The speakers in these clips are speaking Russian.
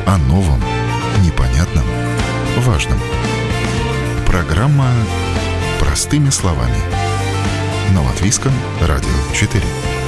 О новом, непонятном, важном. Программа «Простыми словами» на Латвийском радио 4.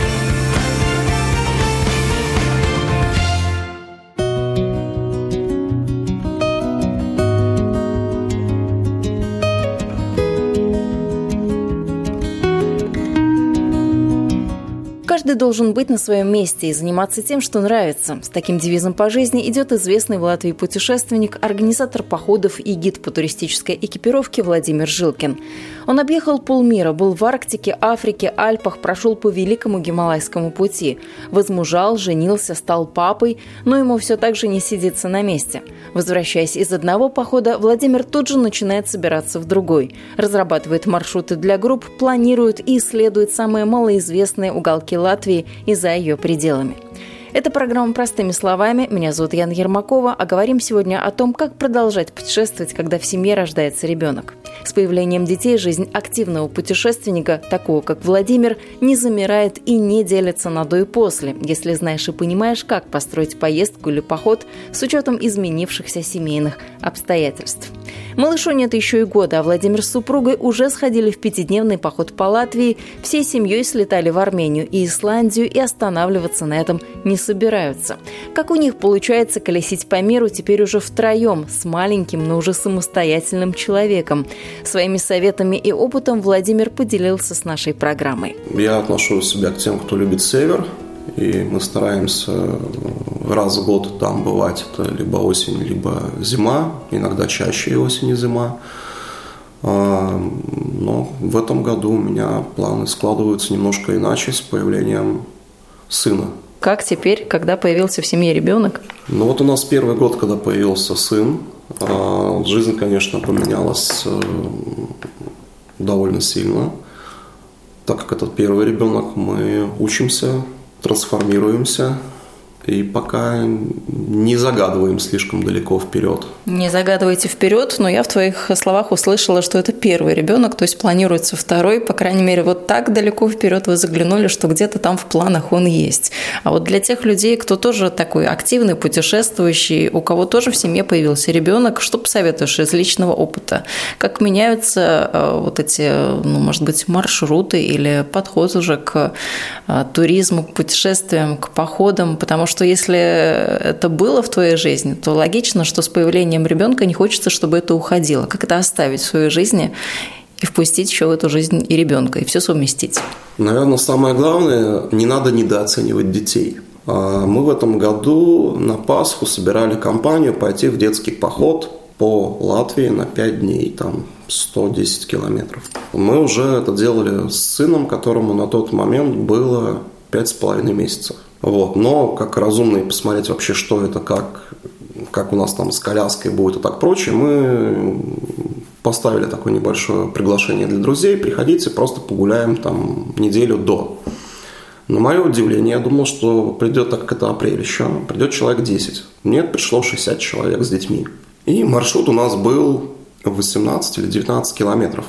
Каждый должен быть на своем месте и заниматься тем, что нравится. С таким девизом по жизни идет известный в Латвии путешественник, организатор походов и гид по туристической экипировке Владимир Жилкин. Он объехал полмира, был в Арктике, Африке, Альпах, прошел по Великому Гималайскому пути. Возмужал, женился, стал папой, но ему все так же не сидится на месте. Возвращаясь из одного похода, Владимир тут же начинает собираться в другой. Разрабатывает маршруты для групп, планирует и исследует самые малоизвестные уголки Латвии и за ее пределами. Это программа «Простыми словами». Меня зовут Яна Ермакова, а говорим сегодня о том, как продолжать путешествовать, когда в семье рождается ребенок. С появлением детей жизнь активного путешественника, такого как Владимир, не замирает и не делится на до и после, если знаешь и понимаешь, как построить поездку или поход с учетом изменившихся семейных обстоятельств. Малышу нет еще и года, а Владимир с супругой уже сходили в 5-дневный поход по Латвии, всей семьей слетали в Армению и Исландию и останавливаться на этом не собираются. Как у них получается колесить по миру теперь уже втроем, с маленьким, но уже самостоятельным человеком? Своими советами и опытом Владимир поделился с нашей программой. Я отношу себя к тем, кто любит север, и мы стараемся раз в год там бывать. Это либо осень, либо зима, иногда чаще и осень, и зима. Но в этом году у меня планы складываются немножко иначе с появлением сына. Как теперь, когда появился в семье ребенок? Ну вот у нас первый год, когда появился сын. Жизнь, конечно, поменялась довольно сильно. Так как это первый ребенок, мы учимся, трансформируемся и пока не загадываем слишком далеко вперед. Не загадывайте вперед, но я в твоих словах услышала, что это первый ребенок, то есть планируется второй, по крайней мере, вот так далеко вперед вы заглянули, что где-то там в планах он есть. А вот для тех людей, кто тоже такой активный, путешествующий, у кого тоже в семье появился ребенок, что посоветуешь из личного опыта? Как меняются вот эти, может быть, маршруты или подход уже к туризму, к путешествиям, к походам? Потому что если это было в твоей жизни, то логично, что с появлением ребенка не хочется, чтобы это уходило. Как это оставить в своей жизни и впустить еще в эту жизнь и ребенка, и все совместить? Наверное, самое главное, не надо недооценивать детей. Мы в этом году на Пасху собирали компанию пойти в детский поход по Латвии на 5 дней, там 110 километров. Мы уже это делали с сыном, которому на тот момент было 5,5 месяцев. Но как разумно посмотреть вообще, что это, как у нас там с коляской будет и так прочее, мы поставили такое небольшое приглашение для друзей: приходите, просто погуляем там неделю до. На мое удивление, я думал, что придет, так как это апрель еще, придет человек 10. Нет, пришло 60 человек с детьми. И маршрут у нас был 18 или 19 километров.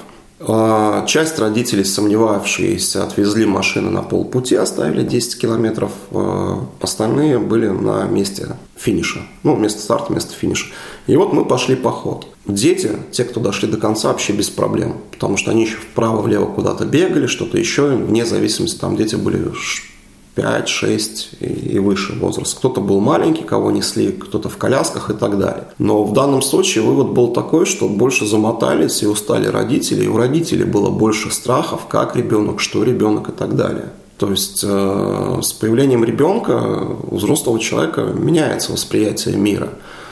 Часть родителей, сомневавшиеся, отвезли машины на полпути, оставили 10 километров. Остальные были на месте финиша. Место старта, место финиша. И вот мы пошли поход. Дети, те, кто дошли до конца, вообще без проблем. Потому что они еще вправо-влево куда-то бегали, что-то еще. Вне зависимости, там дети были 5, 6 и выше возраст. Кто-то был маленький, кого несли, кто-то в колясках и так далее. Но в данном случае вывод был такой, что больше замотались и устали родители, и у родителей было больше страхов, как ребенок, что ребенок и так далее. То есть с появлением ребенка у взрослого человека меняется восприятие мира.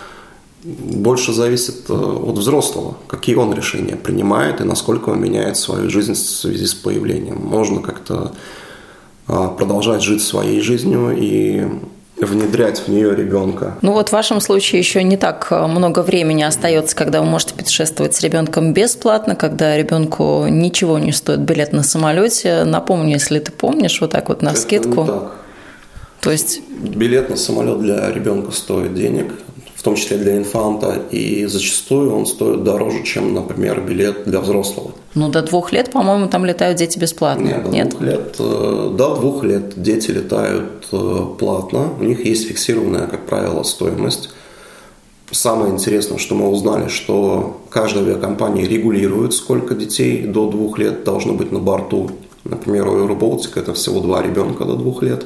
Больше зависит от взрослого, какие он решения принимает и насколько он меняет свою жизнь в связи с появлением. Можно как-то продолжать жить своей жизнью и внедрять в нее ребенка. В вашем случае еще не так много времени остается, когда вы можете путешествовать с ребенком бесплатно, когда ребенку ничего не стоит билет на самолете. Напомню, если ты помнишь, вот так вот на скидку. Не так. То есть билет на самолет для ребенка стоит денег, в том числе для инфанта, и зачастую он стоит дороже, чем, например, билет для взрослого. До 2 лет, по-моему, там летают дети бесплатно. Нет? До 2 лет дети летают платно. У них есть фиксированная, как правило, стоимость. Самое интересное, что мы узнали, что каждая авиакомпания регулирует, сколько детей до 2 лет должно быть на борту. Например, у Air-Baltic это всего 2 ребенка до 2 лет.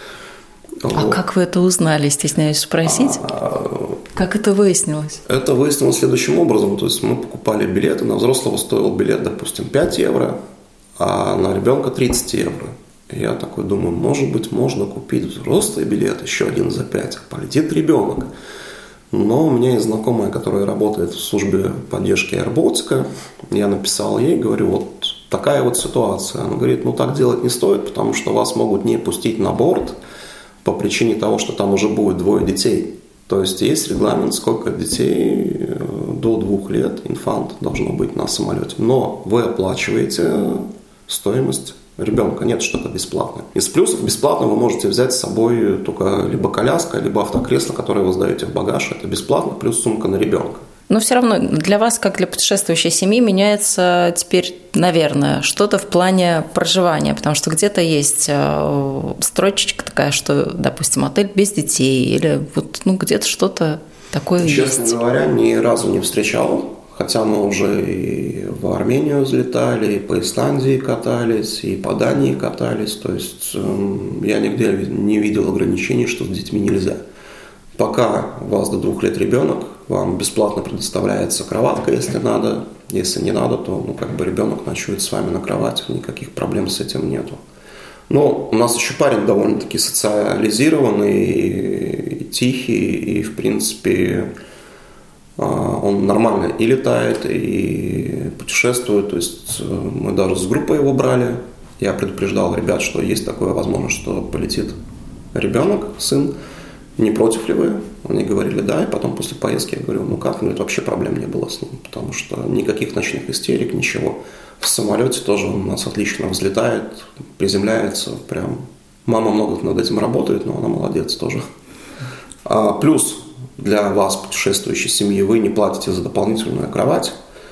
А как вы это узнали, стесняюсь спросить? Как это выяснилось? Это выяснилось следующим образом. То есть мы покупали билеты, на взрослого стоил билет, допустим, 5 евро, а на ребенка 30 евро. И я такой думаю, может быть, можно купить взрослый билет, еще один за 5, а полетит ребенок. Но у меня есть знакомая, которая работает в службе поддержки Air-Baltic. Я написал ей, говорю, вот такая вот ситуация. Она говорит, ну так делать не стоит, потому что вас могут не пустить на борт по причине того, что там уже будет 2 детей. То есть есть регламент, сколько детей до 2 лет, инфант, должно быть на самолете. Но вы оплачиваете стоимость ребенка, нет что-то бесплатное. Из плюсов бесплатно вы можете взять с собой только либо коляска, либо автокресло, которое вы сдаете в багаж. Это бесплатно, плюс сумка на ребенка. Но все равно для вас, как для путешествующей семьи, меняется теперь, наверное, что-то в плане проживания, потому что где-то есть строчечка такая, что, допустим, отель без детей, или вот где-то что-то такое есть. Честно говоря, ни разу не встречал. Хотя мы уже и в Армению взлетали, и по Исландии катались, и по Дании катались. То есть я нигде не видел ограничений, что с детьми нельзя. Пока у вас до 2 лет ребенок, вам бесплатно предоставляется кроватка, если надо. Если не надо, то ребенок ночует с вами на кровати, никаких проблем с этим нету. Но у нас еще парень довольно-таки социализированный, и тихий, и в принципе... Он нормально и летает, и путешествует. То есть мы даже с группой его брали. Я предупреждал ребят, что есть такая возможность, что полетит ребенок, сын. Не против ли вы? Они говорили да. И потом после поездки я говорю, ну как? Нет, вообще проблем не было с ним. Потому что никаких ночных истерик, ничего. В самолете тоже он у нас отлично взлетает, приземляется. Прям мама много над этим работает, но она молодец тоже. Плюс для вас, путешествующей семьи, вы не платите за дополнительную кровать,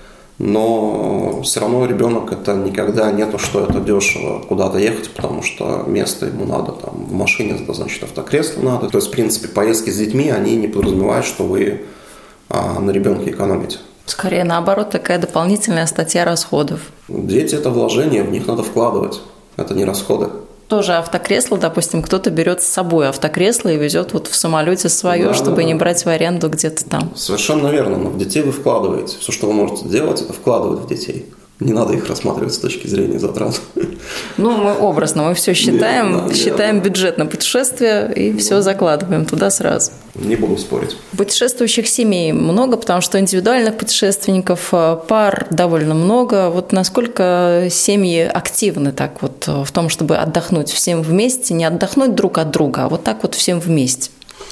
но все равно ребенок это никогда нету, что это дешево куда-то ехать, потому что место ему надо, там, в машине, значит, автокресло надо. То есть, в принципе, поездки с детьми, они не подразумевают, что вы на ребенке экономите. Скорее наоборот, такая дополнительная статья расходов. Дети – это вложения, в них надо вкладывать, это не расходы. Тоже автокресло, допустим, кто-то берет с собой автокресло и везет в самолете свое, да, чтобы не брать в аренду где-то там. Совершенно верно, но в детей вы вкладываете. Все, что вы можете делать, это вкладывать в детей. Не надо их рассматривать с точки зрения затрат. Мы образно, мы все считаем бюджет на путешествие и все закладываем туда сразу. Не буду спорить. Путешествующих семей много, потому что индивидуальных путешественников, пар довольно много. Вот насколько семьи активны так в том, чтобы отдохнуть всем вместе, не отдохнуть друг от друга, а вот так всем вместе?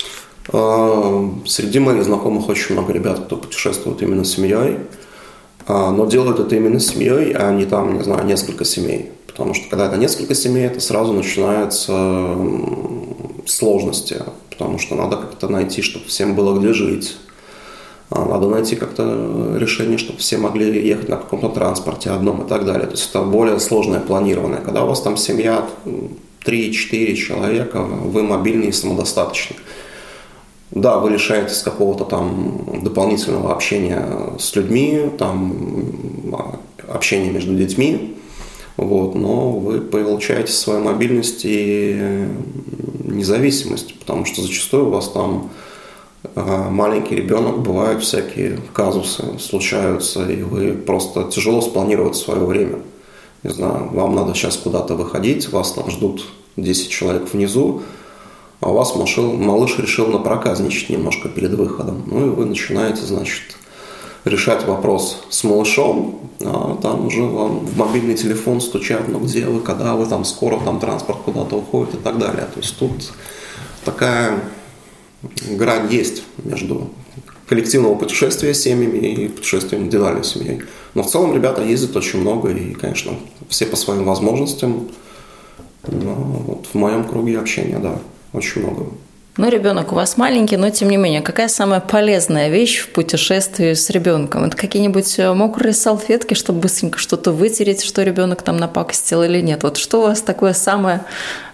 Среди моих знакомых очень много ребят, кто путешествует именно с семьей. Но делают это именно с семьей, а не там, не знаю, несколько семей. Потому что когда это несколько семей, это сразу начинаются сложности. Потому что надо как-то найти, чтобы всем было где жить. Надо найти как-то решение, чтобы все могли ехать на каком-то транспорте одном и так далее. То есть это более сложное планирование. Когда у вас там семья 3-4 человека, вы мобильные и самодостаточны. Да, вы лишаетесь какого-то там дополнительного общения с людьми, там, общения между детьми, но вы получаете свою мобильность и независимость, потому что зачастую у вас там маленький ребенок, бывают всякие казусы, случаются, и вы просто тяжело спланировать свое время. Не знаю, вам надо сейчас куда-то выходить, вас там ждут 10 человек внизу, а у вас малыш решил напроказничать немножко перед выходом. И вы начинаете, решать вопрос с малышом, а там уже вам в мобильный телефон стучат, где вы, когда вы, там скоро там транспорт куда-то уходит и так далее. То есть тут такая грань есть между коллективного путешествия с семьями и путешествием индивидуальной семьей. Но в целом ребята ездят очень много, и, конечно, все по своим возможностям. Но в моем круге общения, да, очень много. Ребенок у вас маленький, но тем не менее, какая самая полезная вещь в путешествии с ребенком? Это какие-нибудь мокрые салфетки, чтобы быстренько что-то вытереть, что ребенок там напакостил или нет? Что у вас такое самое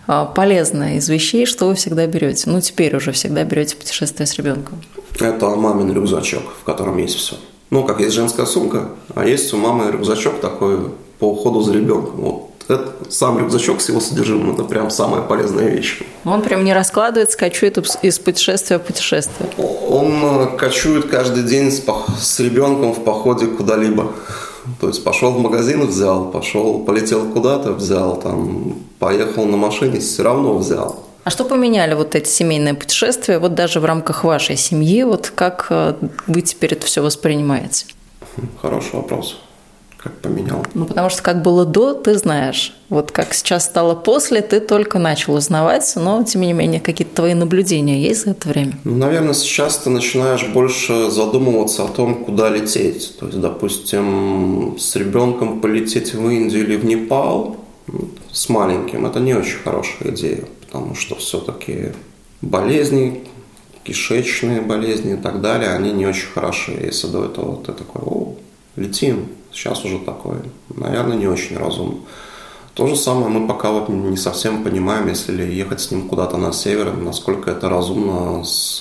полезное из вещей, что вы всегда берете? Ну, теперь уже всегда берете в путешествие с ребенком. Это мамин рюкзачок, в котором есть все. Ну, как есть женская сумка, а есть у мамы рюкзачок такой по уходу за ребенком. Вот это, сам рюкзачок с его содержимым, это прям самая полезная вещь. Он прям не раскладывается, кочует из путешествия в путешествие. Он кочует каждый день с ребенком в походе куда-либо. То есть пошел в магазин, взял, полетел куда-то, взял, там, поехал на машине, все равно взял. А что поменяли вот эти семейные путешествия, вот даже в рамках вашей семьи, вот как вы теперь это все воспринимаете? Хороший вопрос. Как поменял? Ну, потому что как было до, ты знаешь. Вот как сейчас стало после, ты только начал узнавать, но, тем не менее, какие-то твои наблюдения есть за это время? Ну, наверное, сейчас ты начинаешь больше задумываться о том, куда лететь. То есть, допустим, с ребенком полететь в Индию или в Непал с маленьким – это не очень хорошая идея, потому что все-таки болезни, кишечные болезни и так далее, они не очень хорошие. Если до этого ты такой, летим, сейчас уже такое, наверное, не очень разумно. То же самое мы пока вот не совсем понимаем, если ехать с ним куда-то на север, насколько это разумно с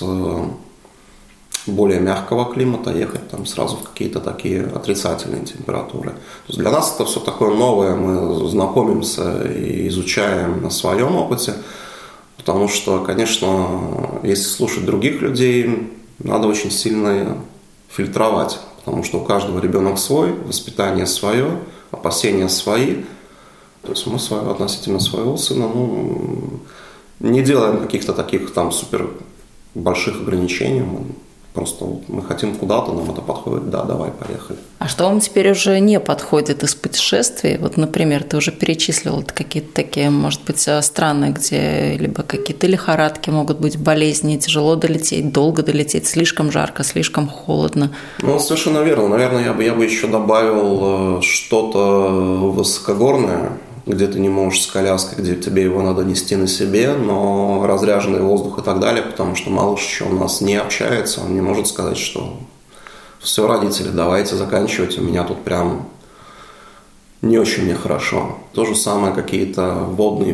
более мягкого климата ехать там сразу в какие-то такие отрицательные температуры. То есть для нас это все такое новое, мы знакомимся и изучаем на своем опыте, потому что, конечно, если слушать других людей, надо очень сильно фильтровать. Потому что у каждого ребенок свой, воспитание свое, опасения свои. То есть мы относительно своего сына не делаем каких-то таких там супер больших ограничений. Просто мы хотим куда-то, нам это подходит, да, давай, поехали. А что вам теперь уже не подходит из путешествий? Вот, например, ты уже перечислил какие-то такие, может быть, страны, где либо какие-то лихорадки могут быть, болезни, тяжело долететь, долго долететь, слишком жарко, слишком холодно. Ну, совершенно верно. Наверное, я бы еще добавил что-то высокогорное, где ты не можешь с коляской, где тебе его надо нести на себе, но разряженный воздух и так далее, потому что малыш еще у нас не общается, он не может сказать, что все, родители, давайте заканчивать, у меня тут прям не очень мне хорошо. То же самое какие-то водные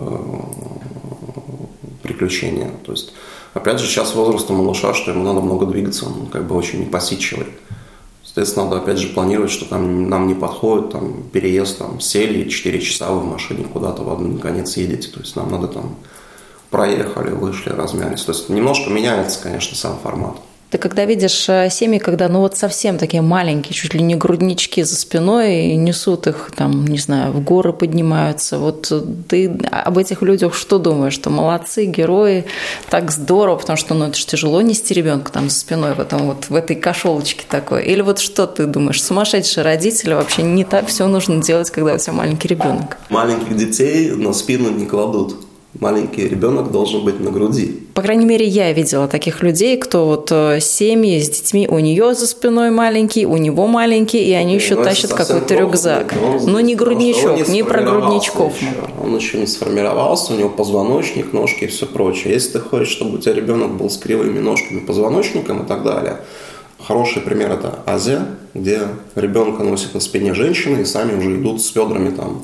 приключения. То есть, опять же, сейчас возраст у малыша, что ему надо много двигаться, он как бы очень непосидчивый. Соответственно, надо опять же планировать, что там нам не подходит там, переезд, там, сели 4 часа вы в машине куда-то в один конец едете. То есть нам надо там проехали, вышли, размялись. То есть немножко меняется, конечно, сам формат. Ты когда видишь семьи, когда совсем такие маленькие, чуть ли не груднички за спиной, и несут их, там, не знаю, в горы поднимаются, вот ты об этих людях что думаешь? Что молодцы, герои, так здорово, потому что это же тяжело нести ребенка там за спиной в этой кошелочке такой. Или вот что ты думаешь? Сумасшедшие родители, вообще не так все нужно делать, когда у тебя маленький ребенок. Маленьких детей на спину не кладут. Маленький ребенок должен быть на груди. По крайней мере, я видела таких людей, кто семьи с детьми, у нее за спиной маленький, у него маленький, и они еще тащат какой-то рюкзак. Но не грудничок, не про грудничков. Он еще не сформировался, у него позвоночник, ножки и все прочее. Если ты хочешь, чтобы у тебя ребенок был с кривыми ножками, позвоночником и так далее, хороший пример – это Азия, где ребенка носит на спине женщины и сами уже идут с бедрами там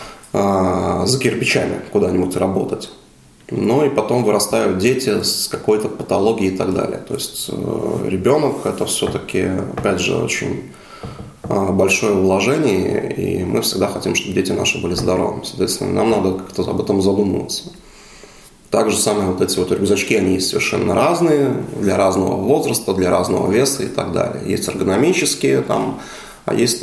за кирпичами куда-нибудь работать. Ну и потом вырастают дети с какой-то патологией и так далее. То есть ребенок – это все-таки, опять же, очень большое вложение, и мы всегда хотим, чтобы дети наши были здоровыми. Соответственно, нам надо как-то об этом задумываться. Так же самое вот эти вот рюкзачки, они совершенно разные, для разного возраста, для разного веса и так далее. Есть эргономические, а есть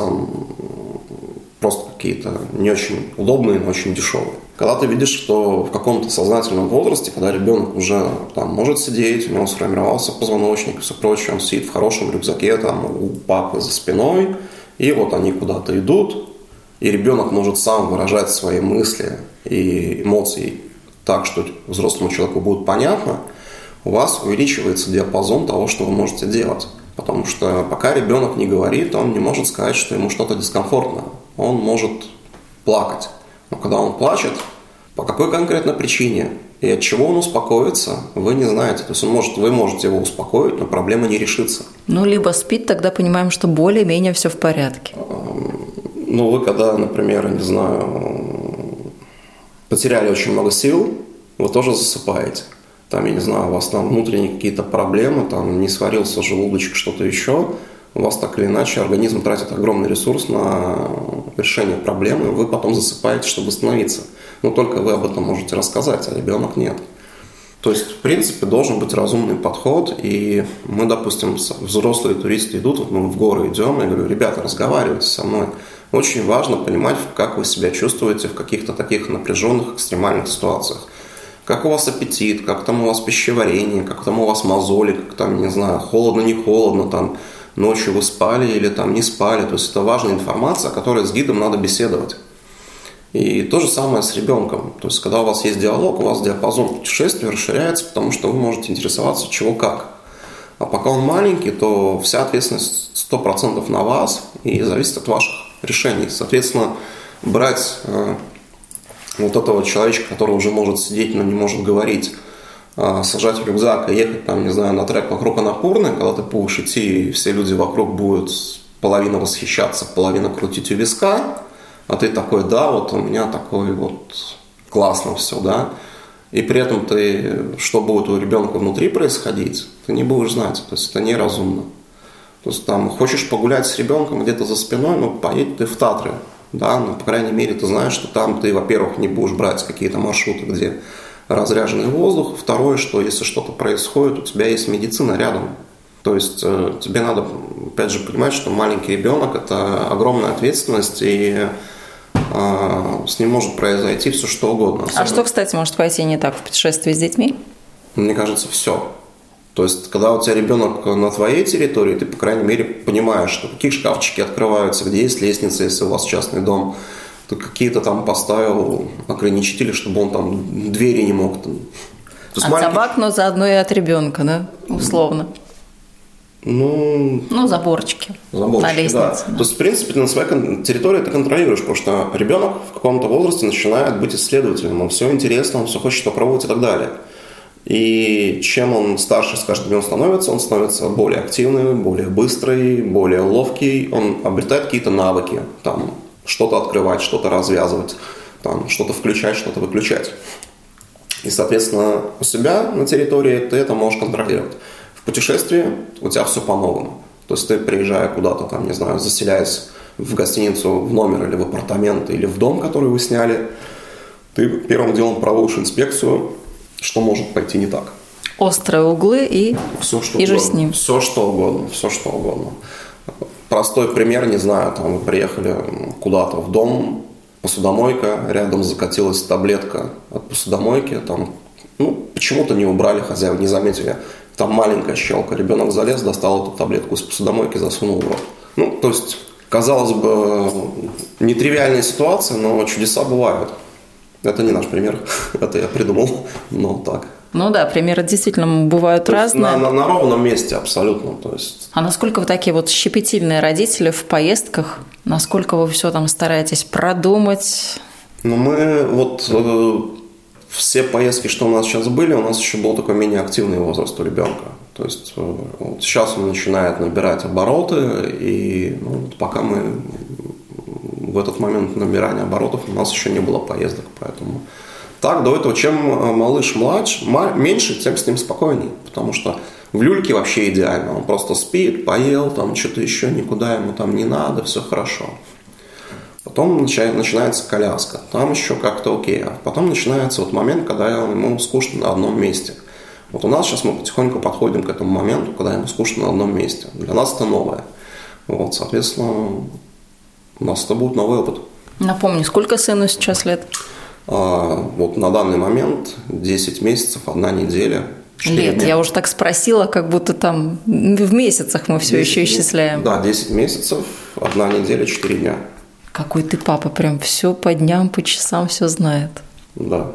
просто какие-то не очень удобные, но очень дешевые. Когда ты видишь, что в каком-то сознательном возрасте, когда ребенок уже может сидеть, у него сформировался позвоночник и все прочее, он сидит в хорошем рюкзаке у папы за спиной, и вот они куда-то идут, и ребенок может сам выражать свои мысли и эмоции так, что взрослому человеку будет понятно, у вас увеличивается диапазон того, что вы можете делать. Потому что пока ребенок не говорит, он не может сказать, что ему что-то дискомфортно. Он может плакать. Но когда он плачет, по какой конкретной причине и от чего он успокоится, вы не знаете. То есть вы можете его успокоить, но проблема не решится. Либо спит, тогда понимаем, что более-менее все в порядке. Вы когда, например, не знаю, потеряли очень много сил, вы тоже засыпаете. Там, я не знаю, у вас там внутренние какие-то проблемы, там не сварился желудочек, что-то еще. У вас так или иначе организм тратит огромный ресурс на решение проблемы, вы потом засыпаете, чтобы восстановиться. Но только вы об этом можете рассказать, а ребенок нет. То есть, в принципе, должен быть разумный подход. И мы, допустим, взрослые туристы идут, вот мы в горы идем, я говорю: ребята, разговаривайте со мной. Очень важно понимать, как вы себя чувствуете в каких-то таких напряженных, экстремальных ситуациях. Как у вас аппетит, как там у вас пищеварение, как там у вас мозоли, как там, не знаю, холодно, не холодно, там ночью вы спали или там не спали. То есть это важная информация, о которой с гидом надо беседовать. И то же самое с ребенком. То есть когда у вас есть диалог, у вас диапазон путешествия расширяется, потому что вы можете интересоваться чего как. А пока он маленький, то вся ответственность 100% на вас и зависит от ваших решений. Соответственно, брать вот этого человечка, который уже может сидеть, но не может говорить, сажать в рюкзак и ехать там, не знаю, на трек вокруг Анапурны, когда ты будешь идти, и все люди вокруг будут половина восхищаться, половина крутить у виска, а ты такой: да, вот у меня такой вот классно все, да. И при этом ты, что будет у ребенка внутри происходить, ты не будешь знать. То есть это неразумно. То есть там хочешь погулять с ребенком где-то за спиной, ну поедь ты в Татры, да, но по крайней мере ты знаешь, что там ты, во-первых, не будешь брать какие-то маршруты, где разряженный воздух. Второе, что если что-то происходит, у тебя есть медицина рядом. То есть тебе надо, опять же, понимать, что маленький ребенок – это огромная ответственность, и с ним может произойти все что угодно. А что, кстати, может пойти не так в путешествии с детьми? Мне кажется, все. То есть, когда у тебя ребенок на твоей территории, ты, по крайней мере, понимаешь, что какие шкафчики открываются, где есть лестница, если у вас частный дом, ты какие-то там поставил ограничители, чтобы он там двери не мог. От собак, но заодно и от ребенка, да, условно. Ну, заборчики на лестнице. Да. То есть, в принципе, ты на своей территории ты контролируешь, потому что ребенок в каком-то возрасте начинает быть исследователем, ему все интересно, он все хочет попробовать и так далее. И чем он старше с каждым днем становится, он становится более активный, более быстрый, более ловкий, он обретает какие-то навыки, там, что-то открывать, что-то развязывать, там, что-то включать, что-то выключать. И, соответственно, у себя на территории ты это можешь контролировать. В путешествии у тебя все по-новому. То есть ты, приезжая куда-то, там, не знаю, заселяясь в гостиницу, в номер или в апартамент, или в дом, который вы сняли, ты первым делом проводишь инспекцию, что может пойти не так. Острые углы и все, что и же угодно. с ним. Все, что угодно. Простой пример, не знаю, там вы приехали куда-то в дом, посудомойка, рядом закатилась таблетка от посудомойки, там, почему-то не убрали хозяева, не заметили. Там маленькая щелка, ребенок залез, достал эту таблетку из посудомойки, засунул в рот. То есть, казалось бы, нетривиальная ситуация, но чудеса бывают. Это не наш пример, это я придумал, но так. Да, примеры действительно бывают разные. На ровном месте абсолютно. То есть. А насколько вы такие вот щепетильные родители в поездках? Насколько вы все там стараетесь продумать? Мы все поездки, что у нас сейчас были, у нас еще был такой менее активный возраст у ребенка. То есть сейчас он начинает набирать обороты, и пока мы в этот момент набирания оборотов у нас еще не было поездок, поэтому так, до этого, чем малыш меньше, тем с ним спокойней, потому что в люльке вообще идеально, он просто спит, поел, там что-то еще, никуда ему там не надо, все хорошо. Потом начинается коляска, там еще как-то окей, а потом начинается момент, когда ему скучно на одном месте. У нас сейчас мы потихоньку подходим к этому моменту, когда ему скучно на одном месте. Для нас это новое. Соответственно, у нас это будет новый опыт. Напомню, сколько сыну сейчас лет? На данный момент 10 месяцев, 1 неделя. Лет, дня. Я уже так спросила, как будто там в месяцах мы все еще исчисляем. Да, 10 месяцев, 1 неделя, 4 дня. Какой ты папа, прям все по дням, по часам все знает. Да.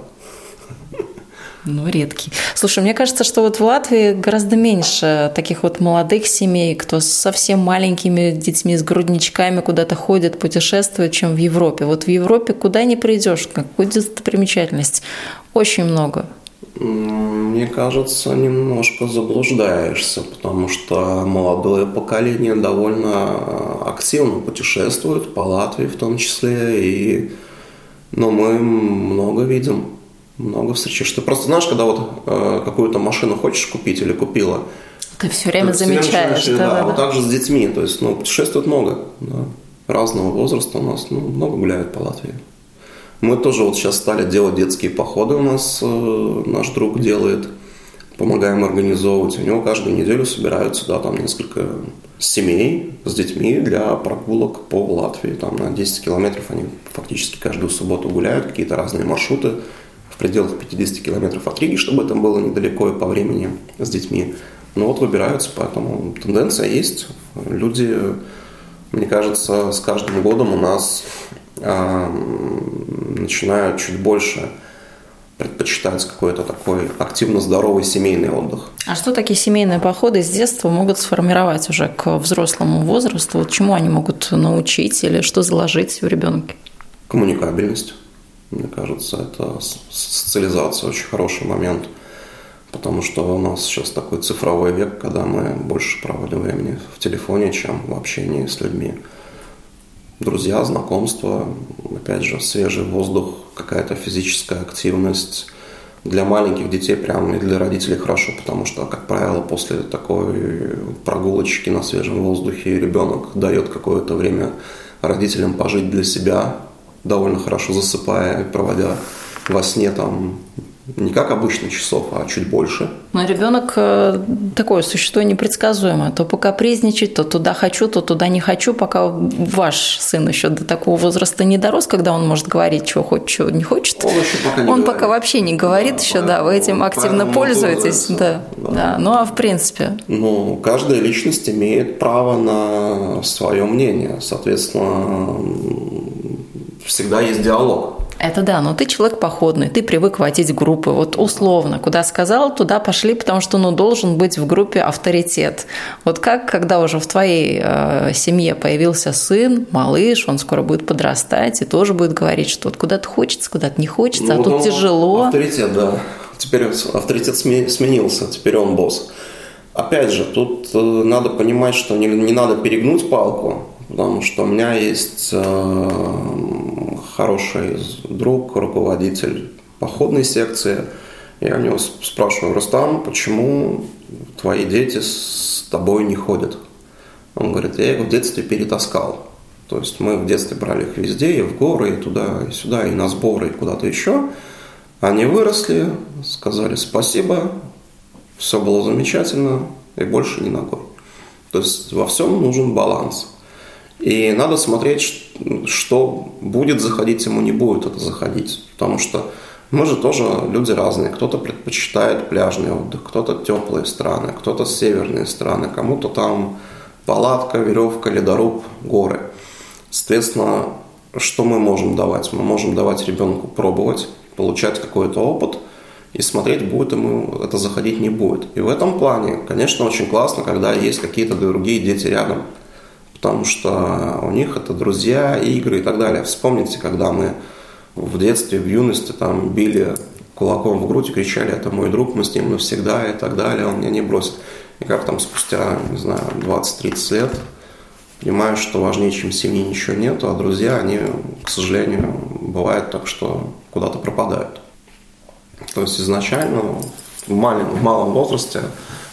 Редкий. Слушай, мне кажется, что в Латвии гораздо меньше таких молодых семей, кто с совсем маленькими детьми, с грудничками куда-то ходит, путешествует, чем в Европе. В Европе куда ни придешь, какую достопримечательность, очень много. Мне кажется, немножко заблуждаешься, потому что молодое поколение довольно активно путешествует, по Латвии в том числе, и Но мы много видим, много встречаешь. Ты просто знаешь, когда вот какую-то машину хочешь купить или купила, ты все время замечаешь. Да. Вот так же с детьми. То есть, путешествует много. Да. Разного возраста у нас много гуляют по Латвии. Мы тоже вот сейчас стали делать детские походы. У нас наш друг делает. Помогаем организовывать. У него каждую неделю собираются там несколько семей с детьми для прогулок по Латвии. Там на 10 километров они фактически каждую субботу гуляют. Какие-то разные маршруты в пределах 50 километров от Риги, чтобы это было недалеко и по времени с детьми. Но вот выбираются, поэтому тенденция есть. Люди, мне кажется, с каждым годом у нас начинают чуть больше предпочитать какой-то такой активно здоровый семейный отдых. А что такие семейные походы с детства могут сформировать уже к взрослому возрасту? Вот чему они могут научить или что заложить в ребенке? Коммуникабельность. Мне кажется, это социализация, очень хороший момент. Потому что у нас сейчас такой цифровой век, когда мы больше проводим времени в телефоне, чем в общении с людьми. Друзья, знакомства, опять же, свежий воздух, какая-то физическая активность. Для маленьких детей прям и для родителей хорошо, потому что, как правило, после такой прогулочки на свежем воздухе ребенок дает какое-то время родителям пожить для себя, довольно хорошо засыпая и проводя во сне там не как обычно часов, а чуть больше. Но ребенок такое существо непредсказуемое. То покапризничать, то туда хочу, то туда не хочу, пока ваш сын еще до такого возраста не дорос, когда он может говорить, чего хочет, чего не хочет. Он пока вообще не говорит еще, да, вы этим активно пользуетесь. Да. Ну а в принципе? Каждая личность имеет право на свое мнение. Соответственно, всегда есть диалог. Это да, но ты человек походный, ты привык водить группы. Вот условно, куда сказал, туда пошли, потому что должен быть в группе авторитет. Вот как, когда уже в твоей семье появился сын, малыш, он скоро будет подрастать и тоже будет говорить, что вот куда-то хочется, куда-то не хочется, а тут тяжело. Авторитет, да. Теперь авторитет сменился, теперь он босс. Опять же, тут надо понимать, что не надо перегнуть палку, потому что у меня есть хороший друг, руководитель походной секции. Я у него спрашиваю: Рустам, почему твои дети с тобой не ходят? Он говорит: я их в детстве перетаскал. То есть мы в детстве брали их везде, и в горы, и туда, и сюда, и на сборы, и куда-то еще. Они выросли, сказали спасибо, все было замечательно, и больше ни ногой. То есть во всем нужен баланс. И надо смотреть, что будет заходить, ему не будет это заходить. Потому что мы же тоже люди разные. Кто-то предпочитает пляжный отдых, кто-то теплые страны, кто-то северные страны, кому-то там палатка, веревка, ледоруб, горы. Соответственно, что мы можем давать? Мы можем давать ребенку пробовать, получать какой-то опыт и смотреть, будет ему это заходить, не будет. И в этом плане, конечно, очень классно, когда есть какие-то другие дети рядом. Потому что у них это друзья, игры и так далее. Вспомните, когда мы в детстве, в юности там били кулаком в грудь и кричали: это мой друг, мы с ним навсегда и так далее, он меня не бросит. И как там спустя, 20-30 лет понимаю, что важнее, чем семьи, ничего нету, а друзья, они, к сожалению, бывает так, что куда-то пропадают. То есть изначально в малом возрасте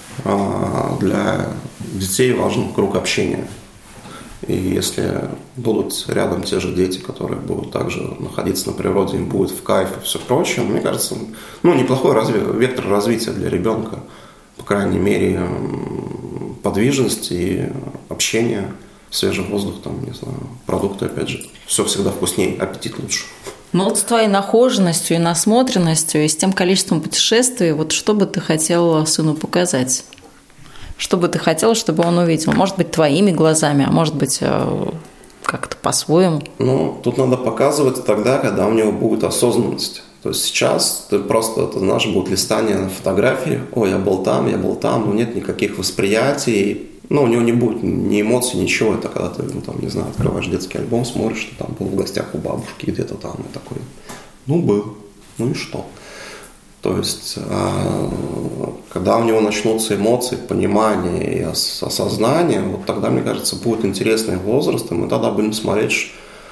для детей важен круг общения. И если будут рядом те же дети, которые будут также находиться на природе, им будет в кайф и все прочее, мне кажется, неплохой вектор развития для ребенка. По крайней мере, подвижность и общение, свежий воздух, продукты, опять же. Все всегда вкуснее, аппетит лучше. Вот с твоей нахоженностью и насмотренностью, и с тем количеством путешествий, вот что бы ты хотела сыну показать? Что бы ты хотела, чтобы он увидел? Может быть, твоими глазами, а может быть, как-то по-своему? Тут надо показывать тогда, когда у него будет осознанность. То есть сейчас ты просто, будет листание на фотографии. Ой, я был там, но нет никаких восприятий. У него не будет ни эмоций, ничего. Это когда ты, открываешь детский альбом, смотришь, что там был в гостях у бабушки где-то там, и такой, был, и что? То есть, когда у него начнутся эмоции, понимание и осознание, вот тогда, мне кажется, будет интересный возраст, и мы тогда будем смотреть,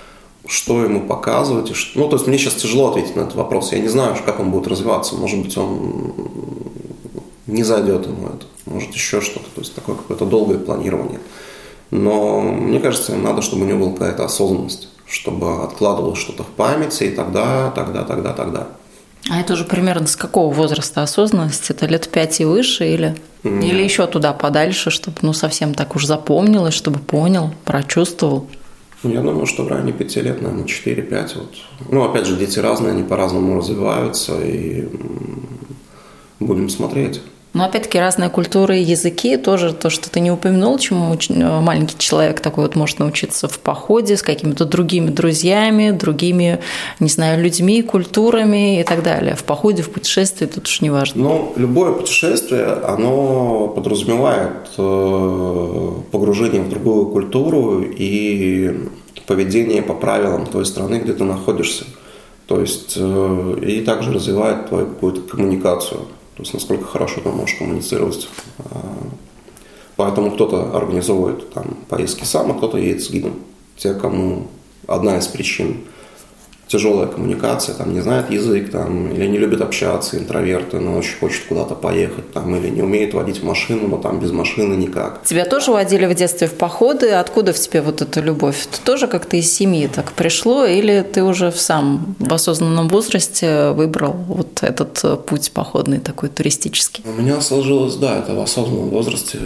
что ему показывать. То есть мне сейчас тяжело ответить на этот вопрос. Я не знаю, как он будет развиваться. Может быть, он не зайдет ему это. Может, еще что-то. То есть такое какое-то долгое планирование. Но мне кажется, им надо, чтобы у него была какая-то осознанность, чтобы откладывалось что-то в памяти, и тогда. А это уже примерно с какого возраста осознанность? Это лет 5 и выше или еще туда подальше, чтобы совсем так уж запомнилось, чтобы понял, прочувствовал? Я думаю, что в районе 5 лет, наверное, 4-5. Опять же, дети разные, они по-разному развиваются, и будем смотреть. Но опять-таки разные культуры и языки, тоже то, что ты не упомянул, чему маленький человек такой может научиться в походе с какими-то другими друзьями, другими, не знаю, людьми, культурами и так далее. В походе, в путешествии, тут уж не важно. Любое путешествие, оно подразумевает погружение в другую культуру и поведение по правилам той страны, где ты находишься. То есть и также развивает твою какую-то коммуникацию. То есть, насколько хорошо ты можешь коммуницировать. Поэтому кто-то организовывает поездки сам, а кто-то едет с гидом. Те, кому одна из причин тяжелая коммуникация, не знает язык, или не любит общаться, интроверты, но очень хочет куда-то поехать, или не умеет водить машину, но без машины никак. Тебя тоже водили в детстве в походы? Откуда в тебе эта любовь? Это тоже как-то из семьи так пришло? Или ты уже в осознанном возрасте выбрал этот путь походный, такой туристический? У меня сложилось, это в осознанном возрасте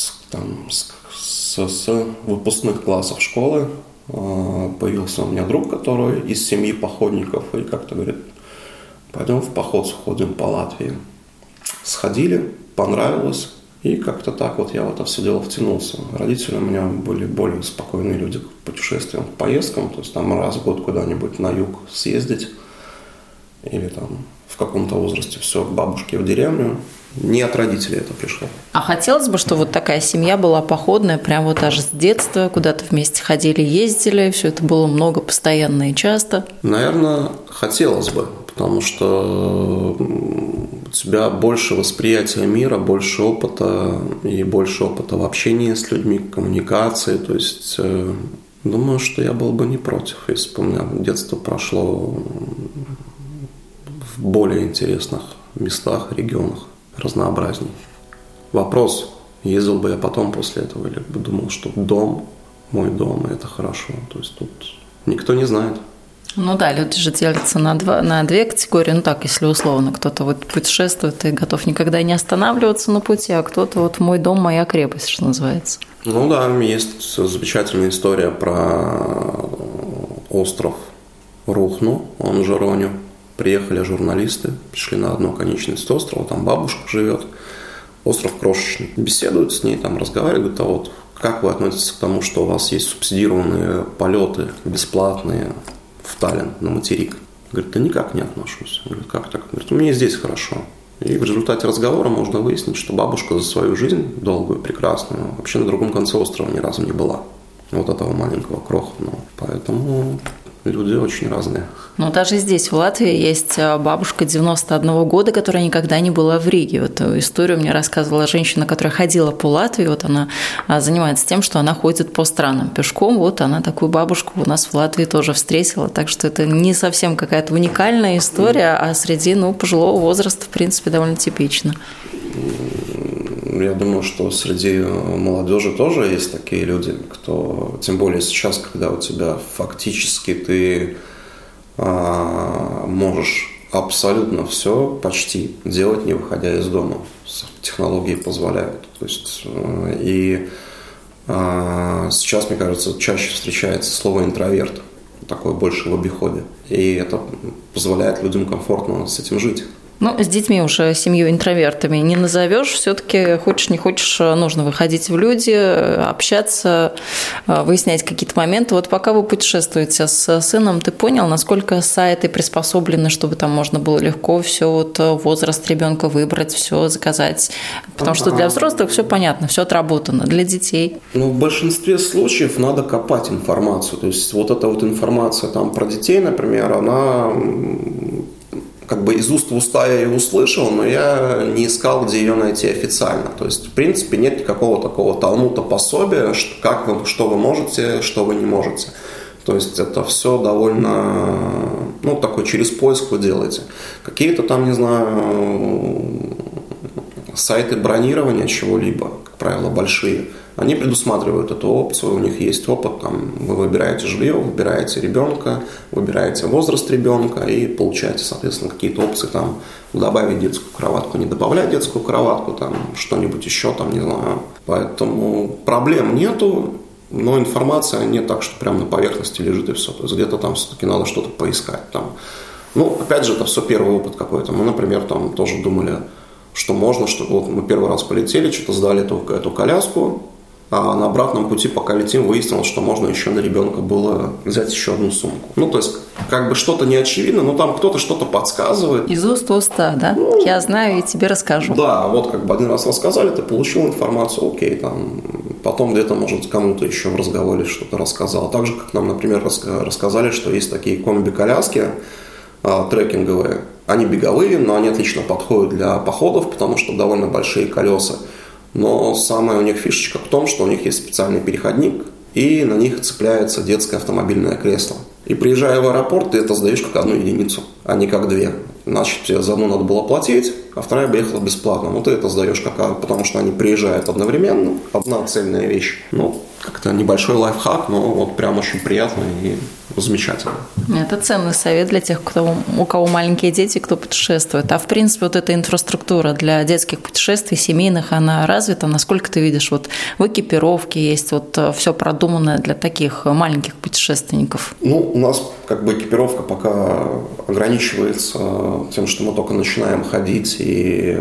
с выпускных классов школы. Появился у меня друг, который из семьи походников, и как-то говорит: пойдем в поход сходим по Латвии. Сходили, понравилось, и как-то так я в это все дело втянулся. Родители у меня были более спокойные люди к путешествиям, к поездкам, то есть раз в год куда-нибудь на юг съездить, или в каком-то возрасте все к бабушке в деревню. Не от родителей это пришло. А хотелось бы, что такая семья была походная, прям аж с детства, куда-то вместе ходили, ездили, все это было много, постоянно и часто? Наверное, хотелось бы, потому что у тебя больше восприятия мира, больше опыта в общении с людьми, коммуникации. То есть, думаю, что я был бы не против, если бы у меня детство прошло в более интересных местах, регионах, разнообразней. Вопрос: ездил бы я потом после этого, или бы думал, что мой дом, и это хорошо. То есть тут никто не знает. Люди же делятся на две категории. Если условно, кто-то путешествует и готов никогда не останавливаться на пути, а кто-то мой дом, моя крепость, что называется. Есть замечательная история про остров Рухну, он же Роню. Приехали журналисты, пришли на одну конечность острова, там бабушка живет, остров крошечный. Беседуют с ней, разговаривают, говорят: как вы относитесь к тому, что у вас есть субсидированные полеты бесплатные в Таллин, на материк? Говорит: да никак не отношусь. Говорит: как так? Говорит: мне здесь хорошо. И в результате разговора можно выяснить, что бабушка за свою жизнь, долгую, прекрасную, вообще на другом конце острова ни разу не была. Этого маленького крохотного. Поэтому люди очень разные. Даже здесь, в Латвии, есть бабушка 91 года, которая никогда не была в Риге. Эту историю мне рассказывала женщина, которая ходила по Латвии. Она занимается тем, что она ходит по странам пешком. Она такую бабушку у нас в Латвии тоже встретила. Так что это не совсем какая-то уникальная история, а среди пожилого возраста, в принципе, довольно типично. Я думаю, что среди молодежи тоже есть такие люди, кто, тем более сейчас, когда у тебя фактически ты можешь абсолютно все почти делать, не выходя из дома. Технологии позволяют. То есть, и сейчас, мне кажется, чаще встречается слово «интроверт», такое больше в обиходе. И это позволяет людям комфортно с этим жить. С детьми уже семью интровертами не назовешь. Все-таки хочешь не хочешь, нужно выходить в люди, общаться, выяснять какие-то моменты. Пока вы путешествуете с сыном, ты понял, насколько сайты приспособлены, чтобы там можно было легко все возраст ребенка выбрать, все заказать? Потому что для взрослых все понятно, все отработано. Для детей? В большинстве случаев надо копать информацию. То есть эта информация про детей, например, она из уст в уста я ее услышал, но я не искал, где ее найти официально. То есть, в принципе, нет никакого такого талмуда, пособия, что вы можете, что вы не можете. То есть это все довольно, такой через поиск вы делаете. Какие-то там, не знаю, сайты бронирования чего-либо, как правило, большие, они предусматривают эту опцию, у них есть опыт, там, вы выбираете жилье, выбираете ребенка, выбираете возраст ребенка и получаете, соответственно, какие-то опции, там, добавить детскую кроватку, не добавлять детскую кроватку, там, что-нибудь еще, там, не знаю. Поэтому проблем нету, но информация не так, что прямо на поверхности лежит и все. То есть где-то там все-таки надо что-то поискать. Там. Опять же, это все первый опыт какой-то. Мы, например, там тоже думали, что можно, что вот мы первый раз полетели, что-то сдали эту коляску, а на обратном пути, пока летим, выяснилось, что можно еще на ребенка было взять еще одну сумку. То есть, как бы что-то не очевидно, но там кто-то что-то подсказывает. Из уст в уста, да? Я знаю и тебе расскажу. Да, вот как бы один раз рассказали, ты получил информацию, окей, там, потом где-то, может, кому-то еще в разговоре что-то рассказал. Так же, как нам, например, рассказали, что есть такие комби-коляски трекинговые. Они беговые, но они отлично подходят для походов, потому что довольно большие колеса. Но самая у них фишечка в том, что у них есть специальный переходник, и на них цепляется детское автомобильное кресло. И приезжая в аэропорт, ты это сдаешь как одну единицу, а не как две. Иначе тебе за одну надо было платить, а вторая бы ехала бесплатно. Ты это сдаешь потому что они приезжают одновременно. Одна цельная вещь. Как-то небольшой лайфхак, но вот прям очень приятно и замечательно. Это ценный совет для тех, у кого маленькие дети, кто путешествует. А в принципе вот эта инфраструктура для детских путешествий, семейных, она развита? Насколько ты видишь, вот в экипировке есть вот все продуманное для таких маленьких путешественников? У нас как бы экипировка пока ограничивается тем, что мы только начинаем ходить и...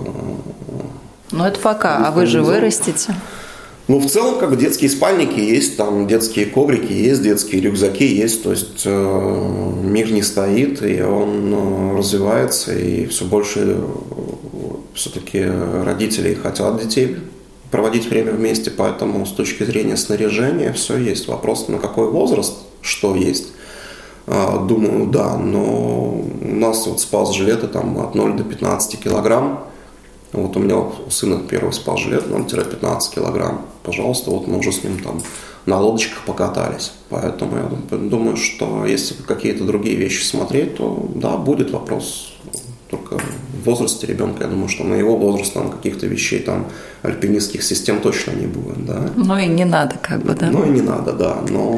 Это пока, а вы же вырастете. В целом, как бы детские спальники есть, там детские коврики есть, детские рюкзаки есть, то есть мир не стоит, и он развивается, и все больше все-таки родители хотят детей проводить время вместе, поэтому с точки зрения снаряжения все есть. Вопрос, на какой возраст, что есть, думаю, да, но у нас вот спас-жилеты там от 0 до 15 килограмм. Вот у меня у сына первый спас-жилет 0-15 килограмм. Пожалуйста, вот мы уже с ним там на лодочках покатались. Поэтому я думаю, что если какие-то другие вещи смотреть, то да, будет вопрос. Только в возрасте ребенка, я думаю, что на его возраст там каких-то вещей, там альпинистских систем точно не будет, да. И не надо, как бы, да. И не надо, да.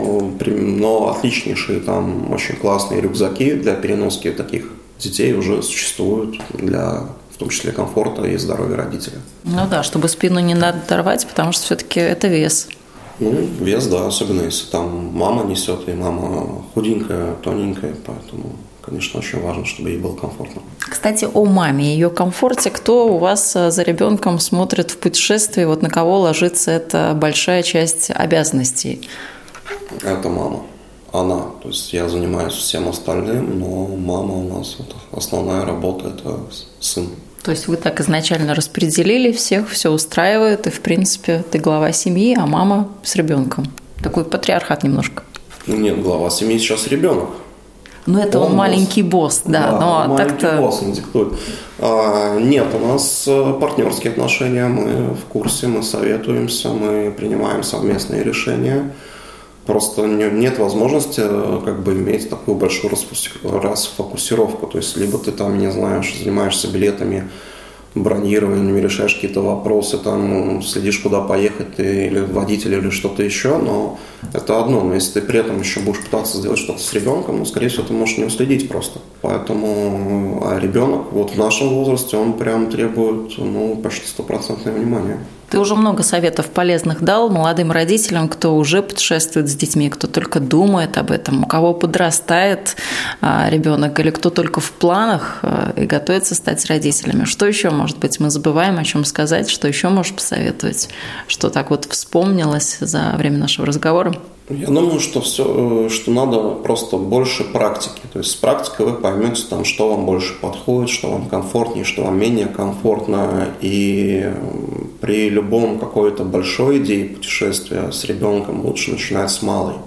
Но отличнейшие там очень классные рюкзаки для переноски таких детей уже существуют для... в том числе комфорта и здоровья родителя. Чтобы спину не надо оторвать, потому что все-таки это вес. Вес, да, особенно если там мама несет, и мама худенькая, тоненькая, поэтому, конечно, очень важно, чтобы ей было комфортно. Кстати, о маме, ее комфорте. Кто у вас за ребенком смотрит в путешествии, вот на кого ложится эта большая часть обязанностей? Это мама. Она, то есть я занимаюсь всем остальным, но мама у нас, основная работа – это сын. То есть вы так изначально распределили всех, все устраивает, и, в принципе, ты глава семьи, а мама с ребенком. Такой патриархат немножко. Нет, глава семьи сейчас ребенок. Это он маленький босс, да. Но маленький так-то... босс, он диктует. Нет, у нас партнерские отношения, мы в курсе, мы советуемся, мы принимаем совместные решения. Просто нет возможности как бы иметь такую большую расфокусировку. То есть, либо ты там, не знаешь, занимаешься билетами, бронированием, решаешь какие-то вопросы, там, следишь, куда поехать, ты, или водитель, или что-то еще, но это одно. Но если ты при этом еще будешь пытаться сделать что-то с ребенком, скорее всего, ты можешь не уследить просто. Поэтому ребенок вот в нашем возрасте, он прям требует почти 100% внимания. Ты уже много советов полезных дал молодым родителям, кто уже путешествует с детьми, кто только думает об этом, у кого подрастает ребенок или кто только в планах и готовится стать родителями. Что еще, может быть, мы забываем, о чем сказать, что еще можешь посоветовать, что так вот вспомнилось за время нашего разговора? Я думаю, что что надо просто больше практики. То есть с практикой вы поймете, что вам больше подходит, что вам комфортнее, что вам менее комфортно. И при любом какой-то большой идее путешествия с ребенком лучше начинать с малой.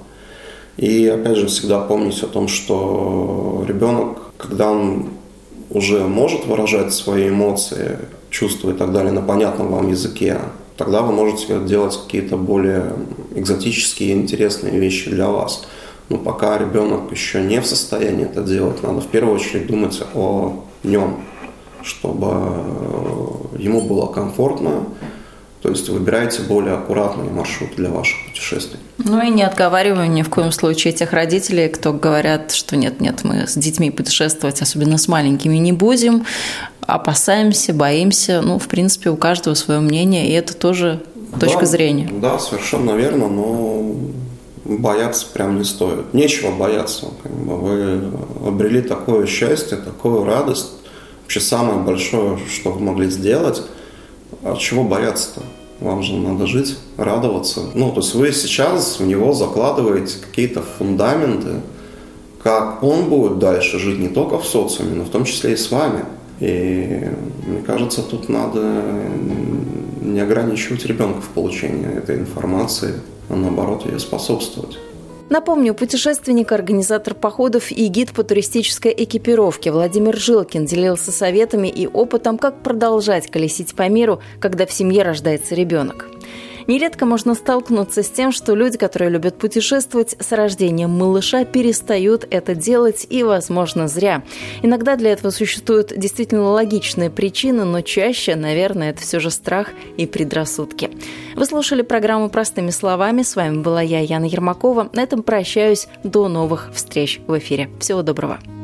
И опять же всегда помнить о том, что ребенок, когда он уже может выражать свои эмоции, чувства и так далее на понятном вам языке, тогда вы можете делать какие-то более экзотические и интересные вещи для вас. Но пока ребенок еще не в состоянии это делать, надо в первую очередь думать о нем, чтобы ему было комфортно. То есть выбирайте более аккуратный маршрут для ваших путешествий. Ну и не отговариваем ни в коем случае тех родителей, кто говорят, что нет, мы с детьми путешествовать, особенно с маленькими, не будем, опасаемся, боимся. Ну, в принципе, у каждого свое мнение, и это тоже точка зрения. Да, совершенно верно, но бояться прям не стоит. Нечего бояться. Вы обрели такое счастье, такую радость. Вообще самое большое, что вы могли сделать. А чего бояться-то? Вам же надо жить, радоваться. То есть вы сейчас в него закладываете какие-то фундаменты, как он будет дальше жить не только в социуме, но в том числе и с вами. И мне кажется, тут надо не ограничивать ребенка в получении этой информации, а наоборот ее способствовать. Напомню, путешественник, организатор походов и гид по туристической экипировке Владимир Жилкин делился советами и опытом, как продолжать колесить по миру, когда в семье рождается ребенок. Нередко можно столкнуться с тем, что люди, которые любят путешествовать, с рождением малыша перестают это делать, и, возможно, зря. Иногда для этого существуют действительно логичные причины, но чаще, наверное, это все же страх и предрассудки. Вы слушали программу «Простыми словами». С вами была я, Яна Ермакова. На этом прощаюсь. До новых встреч в эфире. Всего доброго.